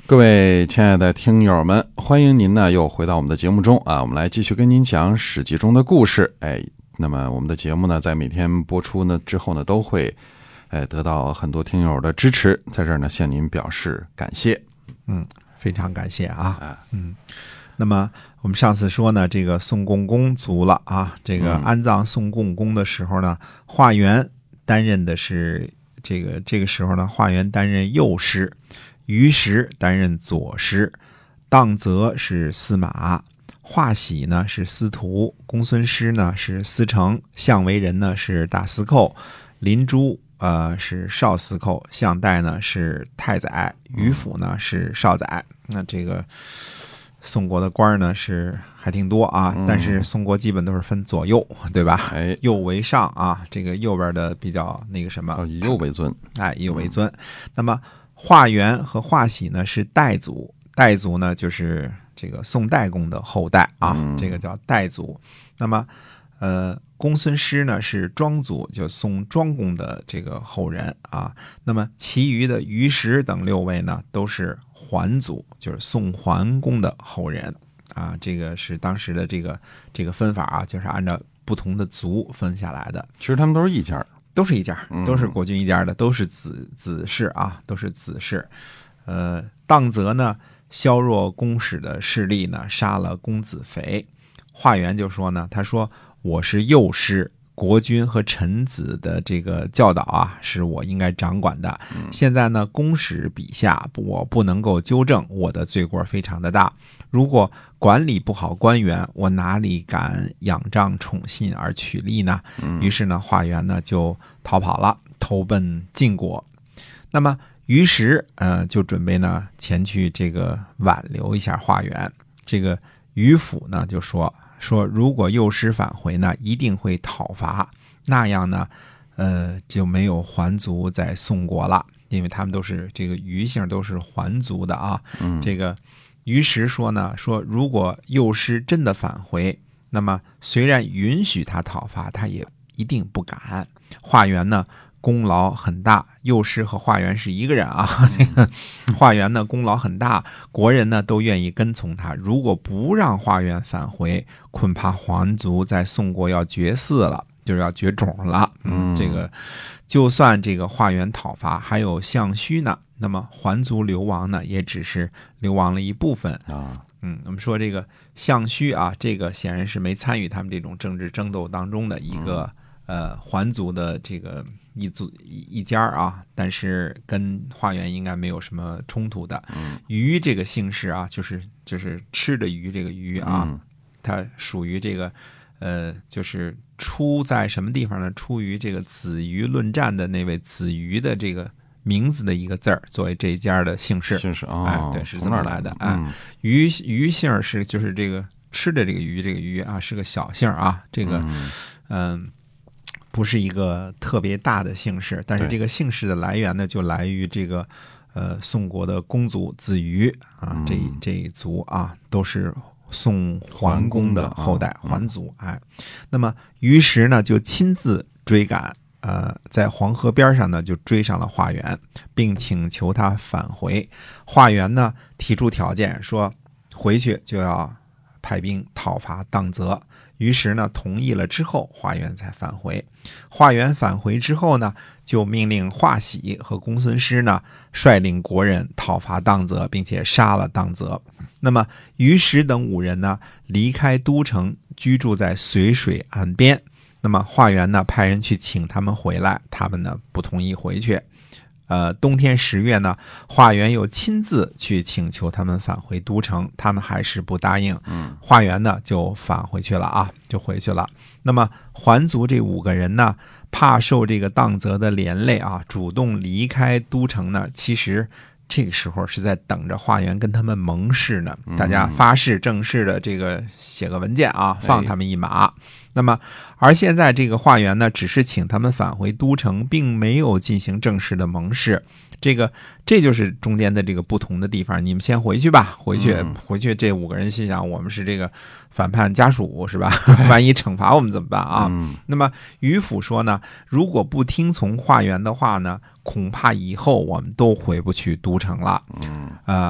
各位亲爱的听友们，欢迎您呢又回到我们的节目中啊，我们来继续跟您讲史记中的故事。那么我们的节目呢，在每天播出呢之后呢，都会得到很多听友的支持，在这儿呢向您表示感谢。 非常感谢啊。那么我们上次说呢，这个宋共公卒了啊，这个安葬宋共公的时候呢，华元担任的是这个时候呢，华元担任右师，于石担任左师，当则是司马，华喜呢是司徒，公孙师呢是司成，项为人呢是大司寇，林朱是少司寇，项代呢是太宰，于府呢是少宰。那这个宋国的官呢是还挺多啊，但是宋国基本都是分左右，对吧？右为上啊，这个右边的比较那个什么， 以右为尊， 以右为尊。那么华元和华喜呢是代族，代族呢就是这个宋代公的后代啊，这个叫代族。那么公孙师呢是庄族，就宋庄公的这个后人啊。那么其余的于石等6位呢都是桓族，就是宋桓公的后人啊。这个是当时的这个分法啊，就是按照不同的族分下来的。 其实他们都是一家， 都是一家，都是国君一家的，都是子氏啊，都是子氏。当则呢削弱公使的势力呢，杀了公子肥。华元就说呢，他说我是右师，国君和臣子的这个教导啊，是我应该掌管的。现在呢，公使笔下，我不能够纠正，我的罪过非常的大。如果管理不好官员，我哪里敢仰仗宠信而取利呢？于是呢，华元呢就逃跑了，投奔晋国。那么于石就准备呢前去这个挽留一下华元。这个于府呢就说如果右师返回呢，一定会讨伐，那样呢就没有桓族在宋国了，因为他们都是这个于姓都是桓族的啊。这个于石说呢，如果右师真的返回，那么虽然允许他讨伐，他也一定不敢。华元呢功劳很大，右师和华元是一个人啊。这个华元呢功劳很大，国人呢都愿意跟从他。如果不让华元返回，恐怕桓族在宋国要绝嗣了，就是要绝种了。这个就算这个华元讨伐，还有项须呢，那么桓族流亡呢，也只是流亡了一部分啊。我们说这个项须啊，这个显然是没参与他们这种政治争斗当中的一个桓族的这个一家啊，但是跟华元应该没有什么冲突的。鱼这个姓氏啊，就是吃的鱼这个鱼啊，它属于这个就是出在什么地方呢？出于这个子鱼论战的那位子鱼的这个名字的一个字儿，作为这一家的姓氏。对，是这么来的。鱼姓是就是这个吃的这个鱼啊，是个小姓啊。这个不是一个特别大的姓氏，但是这个姓氏的来源呢，就来于这个宋国的公族子鱼啊，这一族啊，都是宋桓公的后代，桓族。那么于石呢就亲自追赶，在黄河边上呢就追上了华元，并请求他返回。华元呢提出条件，说回去就要派兵讨伐当则。于是呢同意了之后，华元才返回。华元返回之后呢，就命令华喜和公孙师呢率领国人讨伐当则，并且杀了当则。那么于石等5人呢离开都城，居住在随水岸边。那么华元呢派人去请他们回来，他们呢不同意回去。冬天10月呢，华元又亲自去请求他们返回都城，他们还是不答应。华元呢就返回去了啊，就回去了。那么桓族这5个人呢，怕受这个当则的连累啊，主动离开都城呢，其实这个时候是在等着华元跟他们盟誓呢，大家发誓正式的这个写个文件啊，放他们一马。那么而现在这个华元呢，只是请他们返回都城，并没有进行正式的盟誓。这就是中间的这个不同的地方。你们先回去吧，回去这5个人心想，我们是这个反叛家属是吧？万一惩罚我们怎么办啊？那么于府说呢，如果不听从华元的话呢，恐怕以后我们都回不去都城了。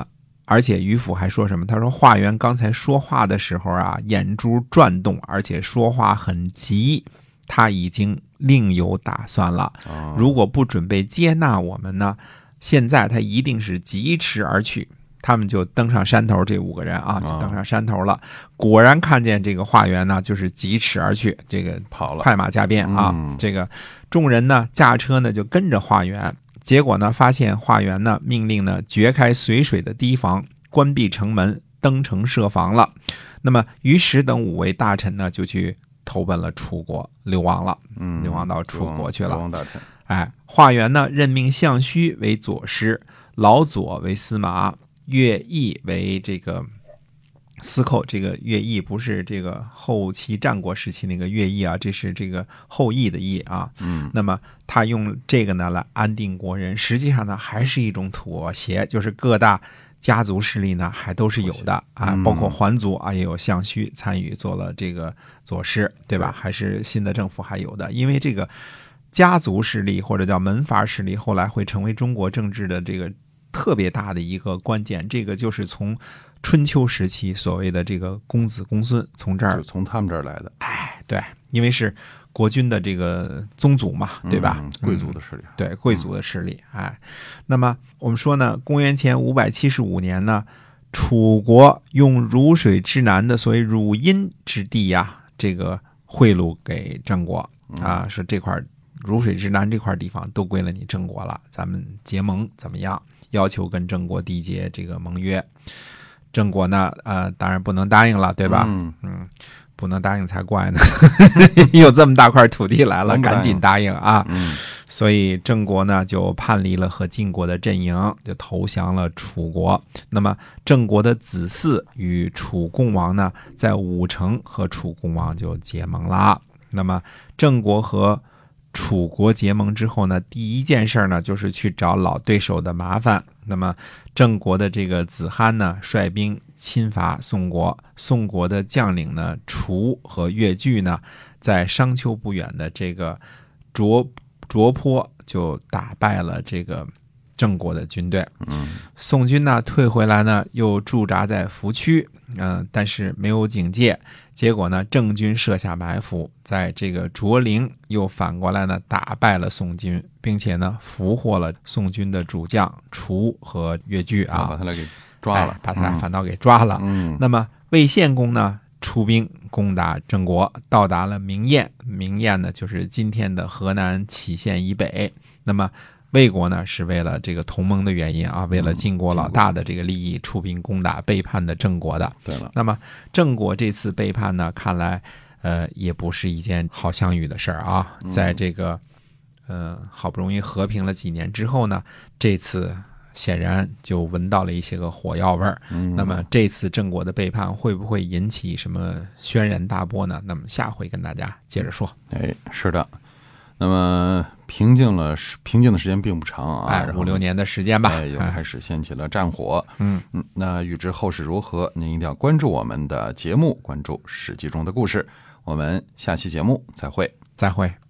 而且于府还说什么？他说华元刚才说话的时候啊，眼珠转动，而且说话很急，他已经另有打算了。如果不准备接纳我们呢，现在他一定是疾驰而去。他们就登上山头，这5个人啊，就登上山头了。果然看见这个华元呢，就是疾驰而去，这个跑了， 快马加鞭啊。这个众人呢驾车呢就跟着华元，结果呢发现华元呢命令呢掘开随水的堤防，关闭城门，登城设防了。那么于石等5位大臣呢就去投奔了楚国，流亡了，流亡到楚国去了。 流亡大臣。 哎，华元呢任命项须为左师，老左为司马，乐毅为这个司寇。这个乐毅不是这个后期战国时期那个乐毅啊，这是这个后羿的羿啊。那么他用这个呢来安定国人，实际上呢还是一种妥协，就是各大家族势力呢还都是有的啊，包括桓族啊也有项须参与做了这个左师，对吧？还是新的政府还有的，因为这个家族势力或者叫门阀势力后来会成为中国政治的这个特别大的一个关键，这个就是从春秋时期所谓的这个公子公孙从这儿， 就从他们这儿来的。 哎，对，因为是国君的这个宗族嘛，对吧？ 贵族的势力， 对，贵族的势力。哎，那么我们说呢，公元前575年呢，楚国用汝水之南的所谓汝阴之地呀，这个贿赂给郑国啊，说这块汝水之南这块地方都归了你郑国了，咱们结盟怎么样？要求跟郑国缔结这个盟约。郑国呢，当然不能答应了，对吧？不能答应才怪呢，有这么大块土地来了，赶紧答应啊！所以郑国呢就叛离了和晋国的阵营，就投降了楚国。那么郑国的子嗣与楚共王呢，在武城和楚共王就结盟了。那么郑国和楚国结盟之后呢，第一件事呢就是去找老对手的麻烦。那么郑国的这个子罕呢率兵侵伐宋国，宋国的将领呢楚和越剧呢在商丘不远的这个涿坡就打败了这个郑国的军队。宋军呢退回来呢又驻扎在扶区，但是没有警戒，结果呢郑军设下埋伏，在这个卓陵又反过来呢打败了宋军，并且呢俘获了宋军的主将楚和越剧啊， 把他俩给抓了， 把他俩反倒给抓了。那么魏献公呢出兵攻打郑国，到达了明燕，明燕呢就是今天的河南杞县以北。那么魏国呢是为了这个同盟的原因啊，为了晋国老大的这个利益出兵攻打背叛的郑国的。 对了， 那么郑国这次背叛呢，看来也不是一件好相与的事儿啊。在这个好不容易和平了几年之后呢，这次显然就闻到了一些个火药味儿。那么这次郑国的背叛会不会引起什么轩然大波呢？那么下回跟大家接着说。 哎，是的。那么平静的时间并不长啊 ，5-6年的时间吧， 又开始掀起了战火。那预知后事如何，您一定要关注我们的节目，关注史记中的故事。我们下期节目再会。